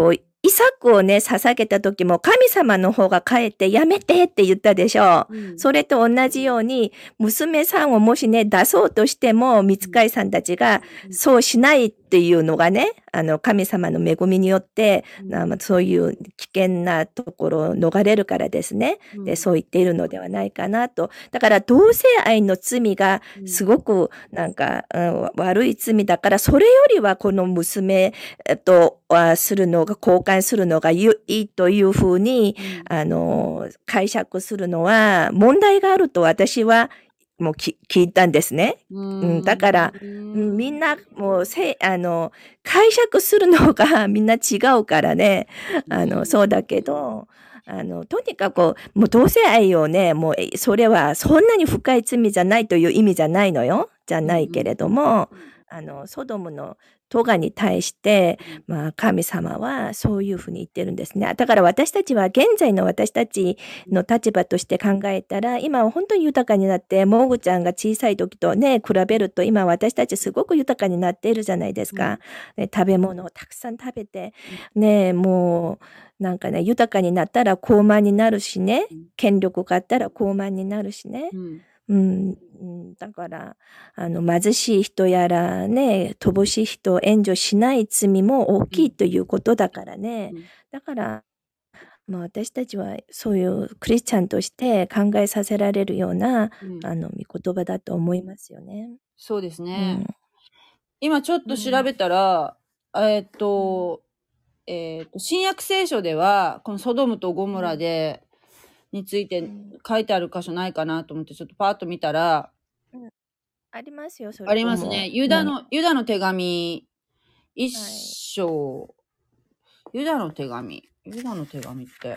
サクをね、捧げた時も神様の方が帰ってやめてって言ったでしょう。 うんそれと同じように、娘さんをもしね、出そうとしても、御使いさんたちがそうしないっていうのがね、あの、神様の恵みによって、 うんあまあそういう危険なところを逃れるからですね。 うんで、そう言っているのではないかなと。だから、同性愛の罪がすごくなんか、うん悪い罪だから、それよりはこの娘とはするのが、交換するのがいいというふうに、あの、解釈するのは問題があると私はもうき聞いたんですね。 うんうん、だから、うんみんなもうせあの解釈するのがみんな違うからね。あのそうだけど、あのとにかくもう同性愛をね、もうえそれはそんなに深い罪じゃないという意味じゃないのよ。じゃないけれども、あのソドムの咎に対して、まあ、神様はそういうふうに言ってるんですね。だから私たちは現在の私たちの立場として考えたら、今は本当に豊かになって、モーグちゃんが小さい時とね、比べると今私たちすごく豊かになっているじゃないですか。ね、食べ物をたくさん食べて、ね、もうなんかね、豊かになったら高慢になるしね、権力があったら高慢になるしね。 うんうんうん、だからあの貧しい人やらね、乏しい人を援助しない罪も大きいということだからね。 うんだから、まあ、私たちはそういうクリスチャンとして考えさせられるようなうんあの御言葉だと思いますよね。 そうですうね。 ん今ちょっと調べたら、えーっと、えーっと、新約聖書では、このソドムとゴモラで、についてうん書いてある箇所ないかなと思って、ちょっとパーッと見たら、 ありますよ、それありますね。ユダうんの、ユダの手紙、一章、ユダの手紙、ユダの手紙って、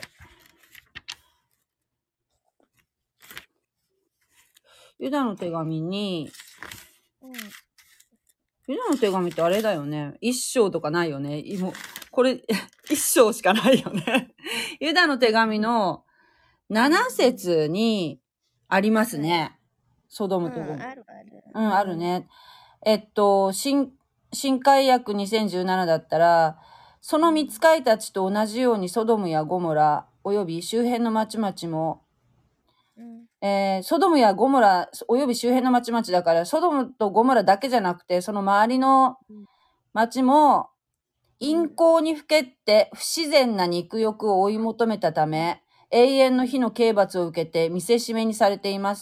ユダの手紙に、 うんユダの手紙ってあれだよね。一章とかないよね。もうこれ、一章しかないよね。ユダの手紙のなな節にありますね。ソドムとゴモラ。 うんあるある。 うん、あるね。えっと、新、新海訳にせんじゅうななだったら、その御使いたちと同じようにソドムやゴモラ、および周辺の町々も、 うんえーソドムやゴモラ、および周辺の町々だから、ソドムとゴモラだけじゃなくて、その周りの町も、陰行にふけって不自然な肉欲を追い求めたため、永遠の火の刑罰を受けて見せしめにされています。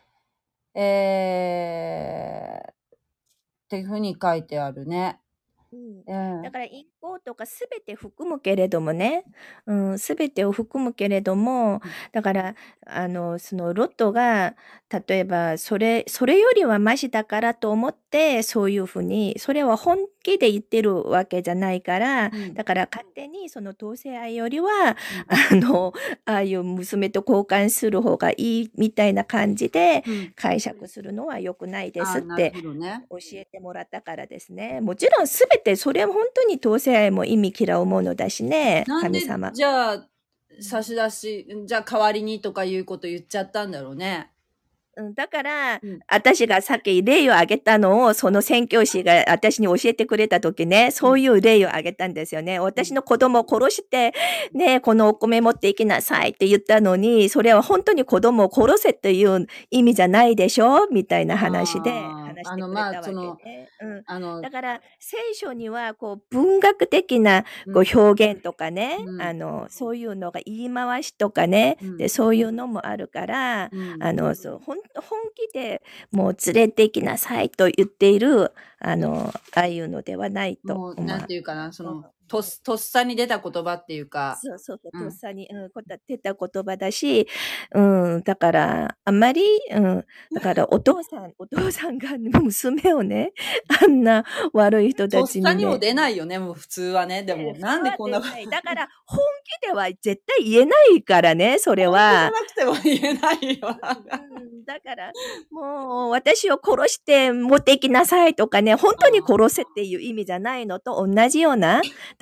えー、っていうふうに書いてあるね。 うんうんだから一行とかすべて含むけれどもね、うん、すべてを含むけれども、だからあのそのロットが例えばそれそれよりはマシだからと思ってそういうふうに、それは本気で言ってるわけじゃないから、 うんだから勝手にその同性愛よりは、あのああいう娘と交換する方がいいみたいな感じでうん解釈するのは良くないですっあーなるてほどね。 教えてもらったからですね。もちろんすべてそれは本当に同性愛も意味嫌うものだしね、 なんで神様。 じゃあ差し出しじゃあ代わりにとかいうこと言っちゃったんだろうね。 うんだから、 うん私がさっき例を挙げたのをその宣教師が私に教えてくれた時ね、そういう例を挙げたんですよね。私の子供を殺してね、このお米持って行きなさいって言ったのに、それは本当に子供を殺せっていう意味じゃないでしょみたいな話であー話してあのくれたわけまあそのね。うんあのだから聖書にはこう文学的なこうんう表現とかね、 うんあのそういうのが言い回しとかね、 うんでそういうのもあるから、 うんあのそうほん本気でもう連れて行きなさいと言っているあのああいうのではないと思う。 もうなんていうかな、そのうんとっとっさに出た言葉っていうか、 そうそうそう、 うんとっさに、うん、こた出た言葉だし、うん、だからあんまり、うん、だからお父さんお父さんが娘をね、あんな悪い人とったちにね。 さにも出ないよね、もう普通はね。でもねなんでこんなそれは絶対だから本気では絶対言えないからね、それは。 じゃなくても言えないよ。 うんだからもう私を殺して持っていきなさいとかね、本当に殺せっていう意味じゃないのと同じような。だ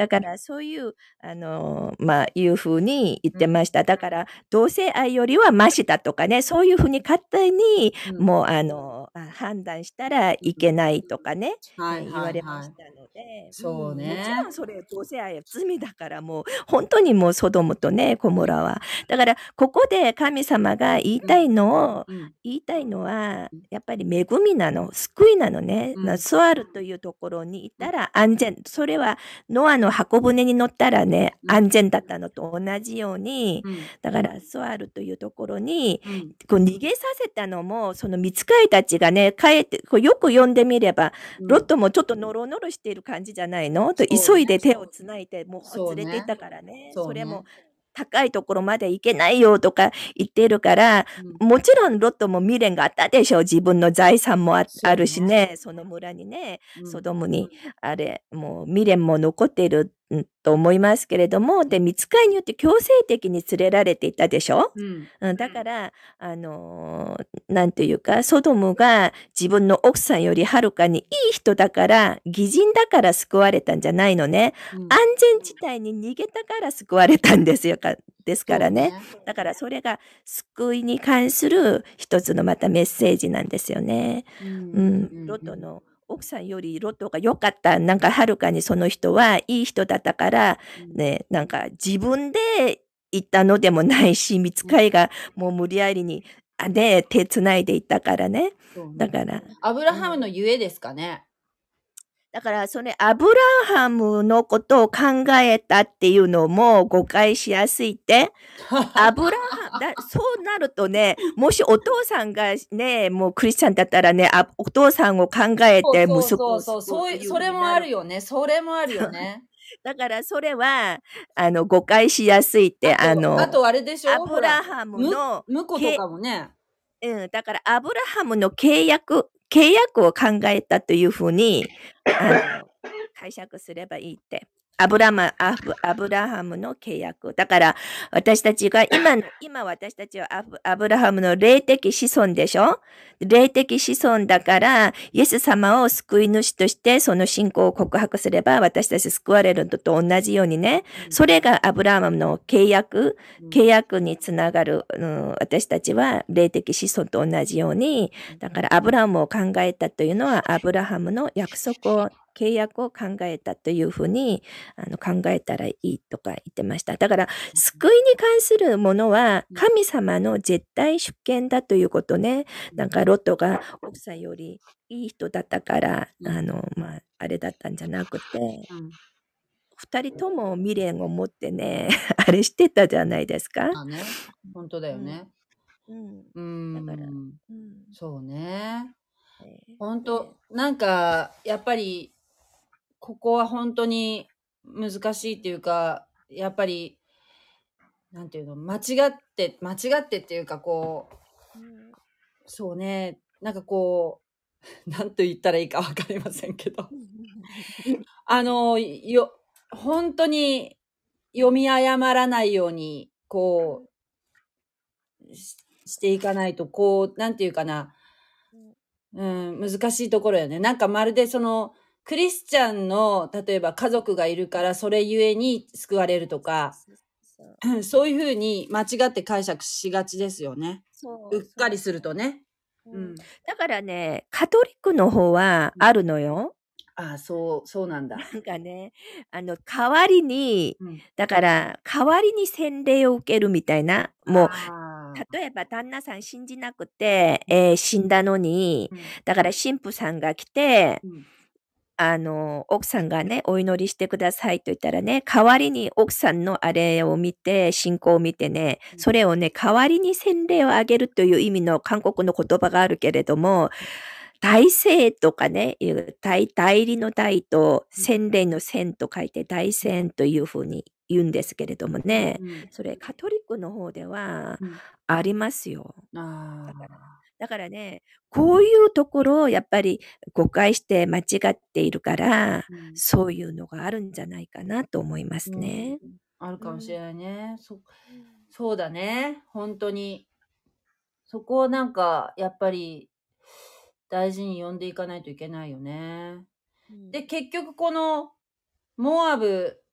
だからそういう、あの、まあ、いうふうに言っうん。 てました。だから、同性愛よりはマシだとかね、そういうふうに勝手に、 うん。 もう、あの、あ判断したらうん。 いけないとかね、 はいえー言わはいはれましい。 たので、うそうん、もちろね。 んそれ同性愛は罪だから、もう本当にもうソドムとね、ゴモラは。だから、ここで神様が言いうたん。 いのを、 うん。 言いたいのは、 うん。 やっぱり恵みなの、救いなのね。 うん。 な座るというところにいうん。 たら安全。それはノアの箱舟に乗ったらね、 うん。 安全だったのと同じように、 うん。 だから座るというところに、 うん。 こう逃げさせたのも、その御使いたちがね、帰って、こうよく読んでみれば、 うん。 ロットもちょっとノロノロしている感じじゃないのと、 そうね。 急いで手をつないで、もうそうね。 連れて行ったからね。 そそうれもね。 高いところまで行けないよとか言ってるから、 うん。 もちろんロットも未練があったでしょう。自分の財産もああそうるしね。 ね、その村にね、ソうん。 ドムに、あれ、もう未練も残っているんと思いますけれども、で、御使いによって強制的に連れられていたでしょ。 うん。 うん、だから、あのーなんていうか、ソドムが自分の奥さんよりはるかにいい人だから、義人だから救われたんじゃないのね。 うん。 安全地帯に逃げたから救われたんですよか、ですかそうらね。 ね。 だからそれが救いに関する一つのまたメッセージなんですよね。 う。 うんん、 うん。うん。 ロトの奥さんよりロトが良かった。なんかはるかにその人はいい人だったから、 うん。 ね、なんか自分で行ったのでもないし、見つうん。 かいがもう無理やりに、あ、ね、手つないでいったからね。 そうね。 だから、 アブうん。 ラハムのゆえですかね。 だから、それ、アブラハムのことを考えたっていうのも誤解しやすいって。アブラハム、だそうなるとね、もしお父さんがね、もうクリスチャンだったらね、あお父さんを考えそうてそう息子をそうそう。 救うそうい、 というふうそれもになる。 あるよね。それもあるよね。 だから、それは、あの、誤解しやすいっあて、あと、あの、 とあれでしアょほら、 ブラハムむ、 の、 婿とけ、 かもね。 うん、だから、アブラハムの契約、契約を考えたというふうに、あの、解釈すればいいって。アブラマ、アブ、アブラハムの契約。だから、私たちが、今の、今私たちはアブ、アブラハムの霊的子孫でしょ。霊的子孫だから、イエス様を救い主として、その信仰を告白すれば、私たち救われるのと同じようにね。 うん。 それがアブラハムの契約、 うん。 契約につながる、うん、私たちは霊的子孫と同じように、だからアブラハムを考えたというのは、アブラハムの約束を、契約を考えたというふうにあの考えたらいいとか言ってました。だから、救いに関するものはうん。 神様の絶対主権だということね。 うん。 なんかロトが奥さんよりいい人だったから、 うん。 あの、まあ、あれだったんじゃなくて、 うん二人とも未練を持ってね、あれしてたじゃないですか。 まあね。本当だうん。 よね。 うん。 うだから、 ーん。 うん。 そうね。 えー本当ねなんか、やっぱり、ここは本当に難しいっていうか、やっぱり、なんていうの、間違って、間違ってっていうか、こう、 うんそうね、なんかこう、なんと言ったらいいかわかりませんけど、あの、よ、本当に読み誤らないように、こう、し、していかないと、こう、なんていうかな、うん、難しいところよね。なんかまるでその、クリスチャンの、例えば家族がいるから、それゆえに救われるとか、 そうそういうふうに間違って解釈しがちですよね。 そううっかりするとね。 ううんん。 だからね、カトリックの方はあるのよ。 ああ、そう、そうなんだ。 なんかね、あの、代わりに、 うん。 だから、代わりに洗礼を受けるみたいな、もう、 ああ。 例えば旦那さん信じなくて、えー死んだのに、 うん。 だから神父さんが来て、 うん。 あの、奥さんがね、お祈りしてくださいと言ったらね、代わりに奥さんのあれを見て、信仰を見てね、 うん。 それをね、代わりに洗礼をあげるという意味の韓国の言葉があるけれども、大聖とかね、いう代代理の代とうん。 洗礼の洗と書いて大洗というふうに言うんですけれどもうん。 ね、 うん。 それカトリックの方ではうん。 ありますよ。だあから、 あ。 だからね、こういうところをやっぱり誤解して間違っているから、 うん。 そういうのがあるんじゃないかなと思いますうん。 ね。 あるうかもしれん。 ないね。そ、 うんそうだね。本当に。そこをなんか、やっぱり、大事に読んでいかないといけないよね。 うで、 ん結局この、モアブ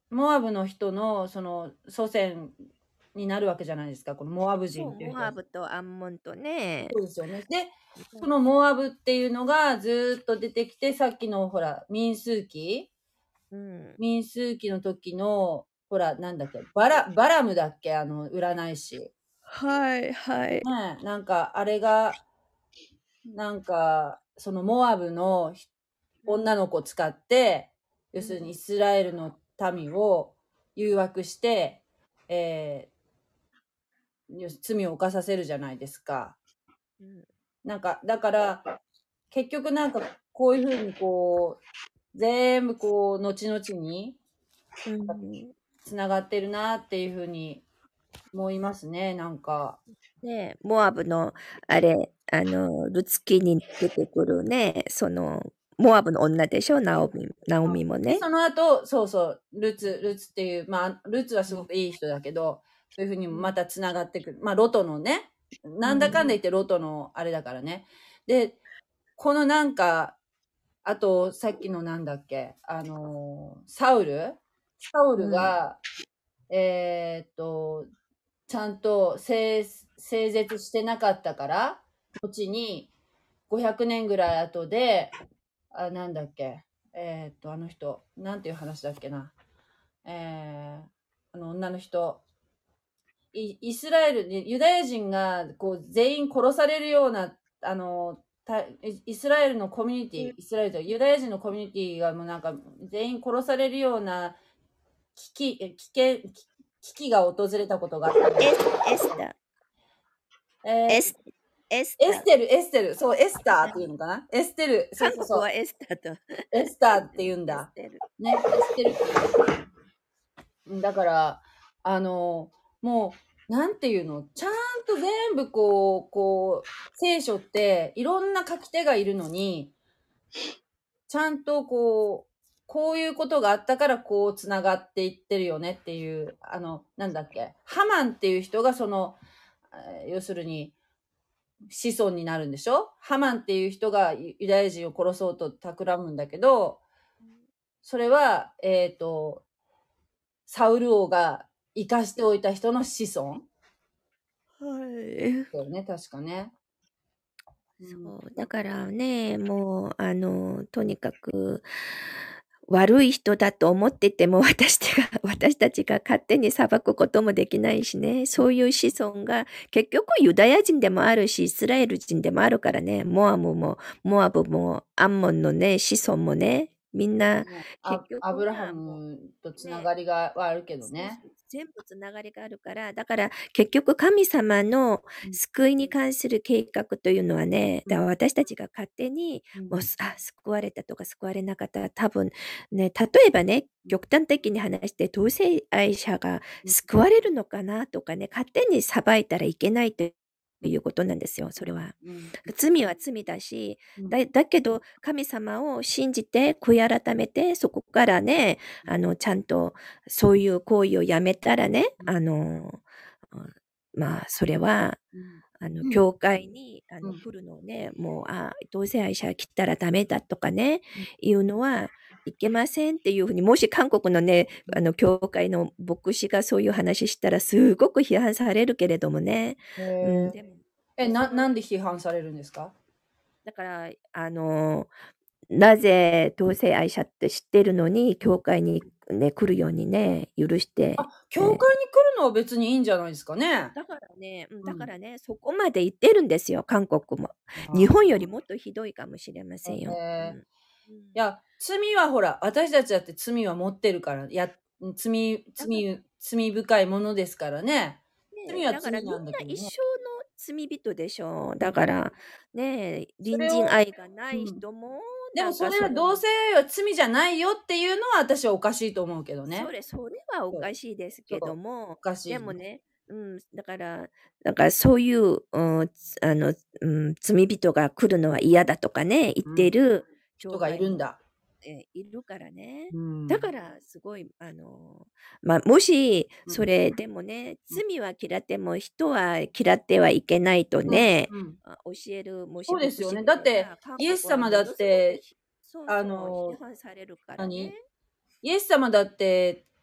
モアブの人のその祖先になるわけじゃないですか、このモアブそ人っう、 ていう人は。 モアブとアンモンとね。 そうですよね。で、 うんこのモアブっていうのがずーっと出てきて、さっきのほら、民数記うん。 民数記の時の、ほら、なんだっけ、バラ、バラムだっけ、あの、占い師。 はいはい。 ねえ、なんか、あれが、なんか、そのモアブのひ女の子を使って、要するにイスラエルの民を誘惑して、えー要す罪を犯させるじゃないですか。 うんなんか、だから、結局なんか、こういうふうにこう、全部こう、後々にうんつながってるなっていうふうに思いますね、なんか。 ね、モアブの、あれ、あの、ルツキに出てくるね、その、モアブの女でしょ、ナオミ、ナオミもで、 ね。 その後、そうそう、ルツ、ルツっていう、まあ、ルツはすごくいい人だけど、そういうふうにまたつながってくる。まあ、ロトのね、なんだかんだ言ってロトのあれだからね。で、このなんか、あと、さっきのなんだっけ、あのーサウルサウルが、えーっと、ちゃんと整整絶してなかったから、後にごひゃくねんぐらい後で、あ、なんだっけ、えーっと、あの人、なんていう話だっけな。えー、あの女の人、イイスラエルにユダヤ人がこう全員殺されるような、あの、たイイスラエルのコミュニティ、イスラエルとユダヤ人のコミュニティがもうなんか全員殺されるような危機、え危険、危危機が訪れたことがあったんです。 エス、エスター。 えーエス、エスター。 エステル、エステル、そう、エスターっていうのかなエステル、そうそうそう。 韓国はエスターと。 エスターって言うんエだス。テル。 ね、エステルって言うんだ。だから、あの、もう、なんていうの、ちゃんと全部こう、こう、聖書っていろんな書き手がいるのに、ちゃんとこう、こういうことがあったからこうつながっていってるよねっていう、あの、なんだっけ、ハマンっていう人がその、えー要するに子孫になるんでしょ。ハマンっていう人がユユダヤ人を殺そうと企むんだけど、それは、えっ、と、サウル王が生かしておいた人の子孫はい。 だよね、確かね。うん、 そう、だからね、もう、あの、とにかく、悪い人だと思ってても、私たちが、私たちが勝手に裁くこともできないしね、そういう子孫が、結局ユダヤ人でもあるし、イスラエル人でもあるからね、モアブも、モアブも、アンモンのね、子孫もね、みんな、 ね結局アブラハはもう、 ムとつなね、 がりがはあるけどそうね。 そう全部つながりがあるから、だから結局神様のうん救いに関する計画というのはね、だから私たちが勝手に、 うんもう、あ、救われたとか救われなかったら多分ね、例えばね、極端的に話して同性愛者が救われるのかなとかね、勝手に裁いたらいけないということなんですよ、それは。 うん罪は罪だし、 うんだだけど神様を信じて悔い改めてそこからね、あのちゃんとそういう行為をやめたらね、あの、うんまあそれはうんあのうん教会にあうんの来るのをね、もうあ同性愛者来たらダメだとかね、 うんいうのはいけませんっていうふうに、もし韓国のね、あの教会の牧師がそういう話したらすごく批判されるけれどもね、 へうん、 ーでもえ、な、 そのなんで批判されるんですか？ だからあのなぜ同性愛者って知ってるのに、教会にね、来るようにね、許して。 あ、教会に来るのは別にいいんじゃないですかね。 だからね、うんうんだからね、そこまで言ってるんですよ、韓国も。 あ日本よりもっとひどいかもしれませんよ。 へーうんいや、罪はほら、私たちだって罪は持ってるから、や、罪、罪、罪深いものですからね。罪はねだからみんな罪なんだけどね一生の罪人でしょ。だからね、 それを隣人愛がないうん人も、 でもなんかそれは同性愛は罪じゃないよっていうのは私はおかしいと思うけどね。 それ、それはおかしいですけども、 おかしい。 でもね、うん、だから、だからそういう、うん、つあの、うん、罪人が来るのは嫌だとかね、言ってる人がいるんだ。 えいるからね。 うんだから、すごい、あの、まあ、もし、 うんそれでもね、罪は嫌っても人は嫌ってはいけないとね、 うんうんあ教える、もしそうですよね。 牧師だってが韓イエス国は様だって、 ものすごくひそうそうあの批判されるから何ね。 イエス様だって、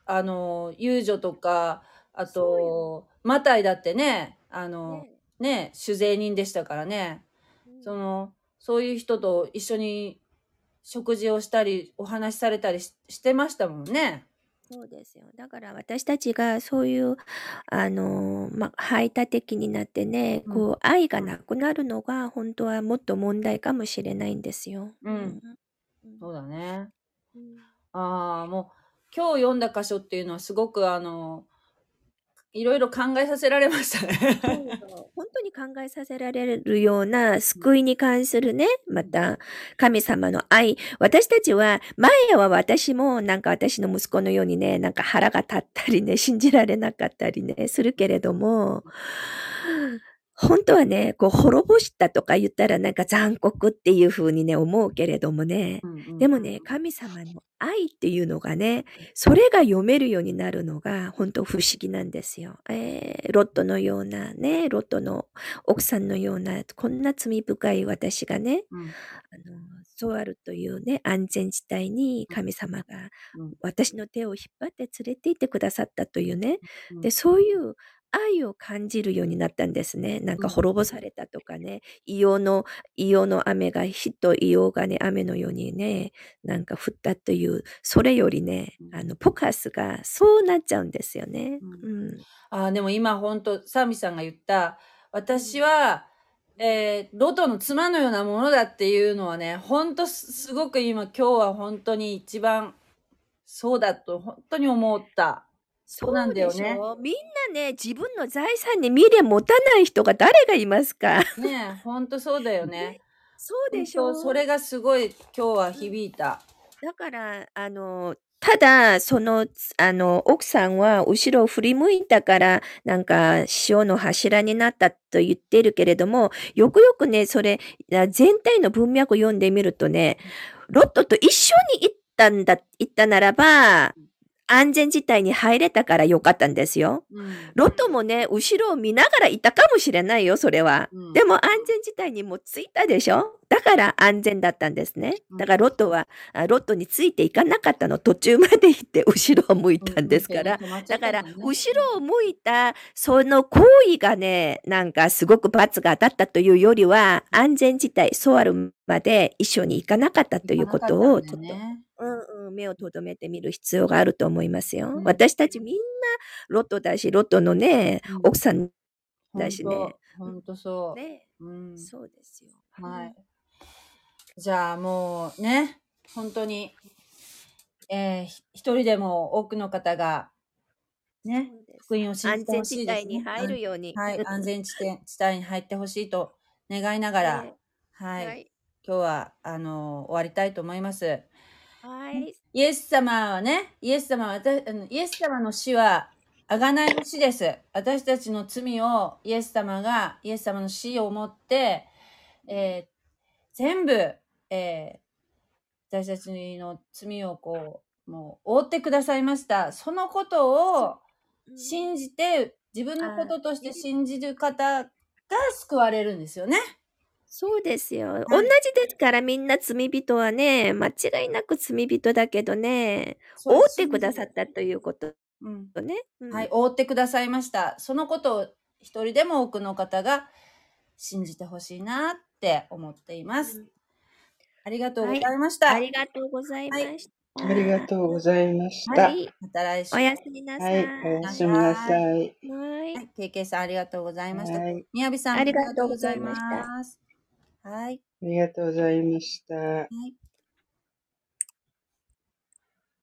あの、遊女とか、あそうよ。 と、マタイだってね、あの、 ね。 ね、酒税人でしたからね。 うん。 その、そういう人と一緒に食事をしたり、お話しされたりししてましたもんね。 そうですよ。だから私たちがそういう、あの、ま、排他的になってね、 うん。 こう愛がなくなるのが本当はもっと問題かもしれないんですよ。 う。 うんん。う。 そうんだね。 うん。 ああ、もう、今日読んだ箇所っていうのはすごくあの、いろいろ考えさせられましたそうね。 よ。ほんとに考えさせられるようなうん。 救いに関するね、まうん。 た神様の愛。私たちは、前は私もなんか私の息子のようにね、なんか腹が立ったりね、信じられなかったりね、するけれども、ほんとはね、こう滅ぼしたとか言ったらなんか残酷っていう風にね、思うけれどもね。 うんうん。 でもね、神様の愛っていうのがね、それが読めるようになるのがほんと不思議なんですよ。ええ、ロットのようなね、ロットの奥さんのような、こんな罪深い私がね、 うん。 あの、ソアルというね、安全地帯にうん。 神様がうん。 私の手を引っ張って連れて行ってくださったというね。で、 うん。 そういう愛を感じるようになったんですね。なんかうん。 滅ぼされたとかね、硫黄の硫黄の雨が火と硫黄がね、雨のようにね、なんか降ったという、それよりね、 うん。 あの、フォーカスがそうなっちゃうんですよね。 うん。 うん。 ああ、でも今ほんと、サーミさんが言った、 う私ん。 は、 うん。 えーロトの妻のようなものだっていうのはね、ほんとすすごく今、今日はほんとに一番そうだとほんとに思った。 そそうなんうでしだよね。 ょ？みんなね、自分の財産に未練持たない人が誰がいますか？ ねえ、ほんとそうだよね、 ね。 そうでほんと、そしょ？ れがすごい今日はうん。 響いた。 だから、あの、ただ、その、つあの、奥さんは後ろを振り向いたから、なんか塩の柱になったと言ってるけれども、よくよくね、それ、あ、全体の文脈を読んでみるとね、ロットと一緒に行ったんだ行ったならば、 うん。 安全地帯に入れたから良かったんですよ。 うん。 ロトもね、後ろを見ながらいたかもしれないよ、それは。 うん。 でも安全地帯にも着いたでしょ？だから安全だったんですね。 うん。 だからロトは、あ、ロトについていかなかったの。途中まで行って後ろを向いうん、 たん運転がですから。 止まっちゃだからったもんね。 後ろを向いたその行為がね、なんかすごく罰が当たったというよりは、安全地帯、ソアルまで一緒に行かなかったというこ行かなかったとを、 んだちょっと、 よね。 うんうん、目を留めてみる必要があると思いますよ。 うん。 私たちみんなロトだし、ロトのね、 うん。 奥さんほんだしね。 と、ほうん。 んとそね。 う。うん。 そうですよ。うはん。 い。じゃあもうね、ほんとに、ええ、ひ一人でも多くの方が、ね、 そうです。 福音を信じ安全て欲し地帯にいですね。あん入るように。 はい、安全地点地帯に入って欲しいと願いながら、 ね。 は、 はいい。 今日はあの、終わりたいと思います。ね、 はい。 イエス様はね、イエス様はわたあの、イエス様の死は贖いの死です。私たちの罪をイエス様が、イエス様の死をもって、 うん。 ええ、全部、ええ、私たちの罪をこう、もう負ってくださいました。そのことそをうん。 信じて、自分のこあ、 ととしてね。 信じる方が救われるんですよね。 そうですよ。おんなはい。 じですから、みんな罪人はね、間違いなく罪人だけどね、 それ覆って信じる。 くださったということうん。 ね。うはい、 ん。 覆ってくださいました。そのことを一人でも多くの方が信じて欲しいなって思っていまうす。 ん。 ありがとうはい。 ございましあた。 りがとうございはい。 ましありがた。 とうございましはい。 た。 はい。 また来お週。 やすみなはさい、おやい。 すみなさ。 はい。 い。 はい、ケーケーさんありがとうございました。 はい。 みやびさんありもありがとがとうござうございいました。 ます。はい。 ありがとうございました。 はい。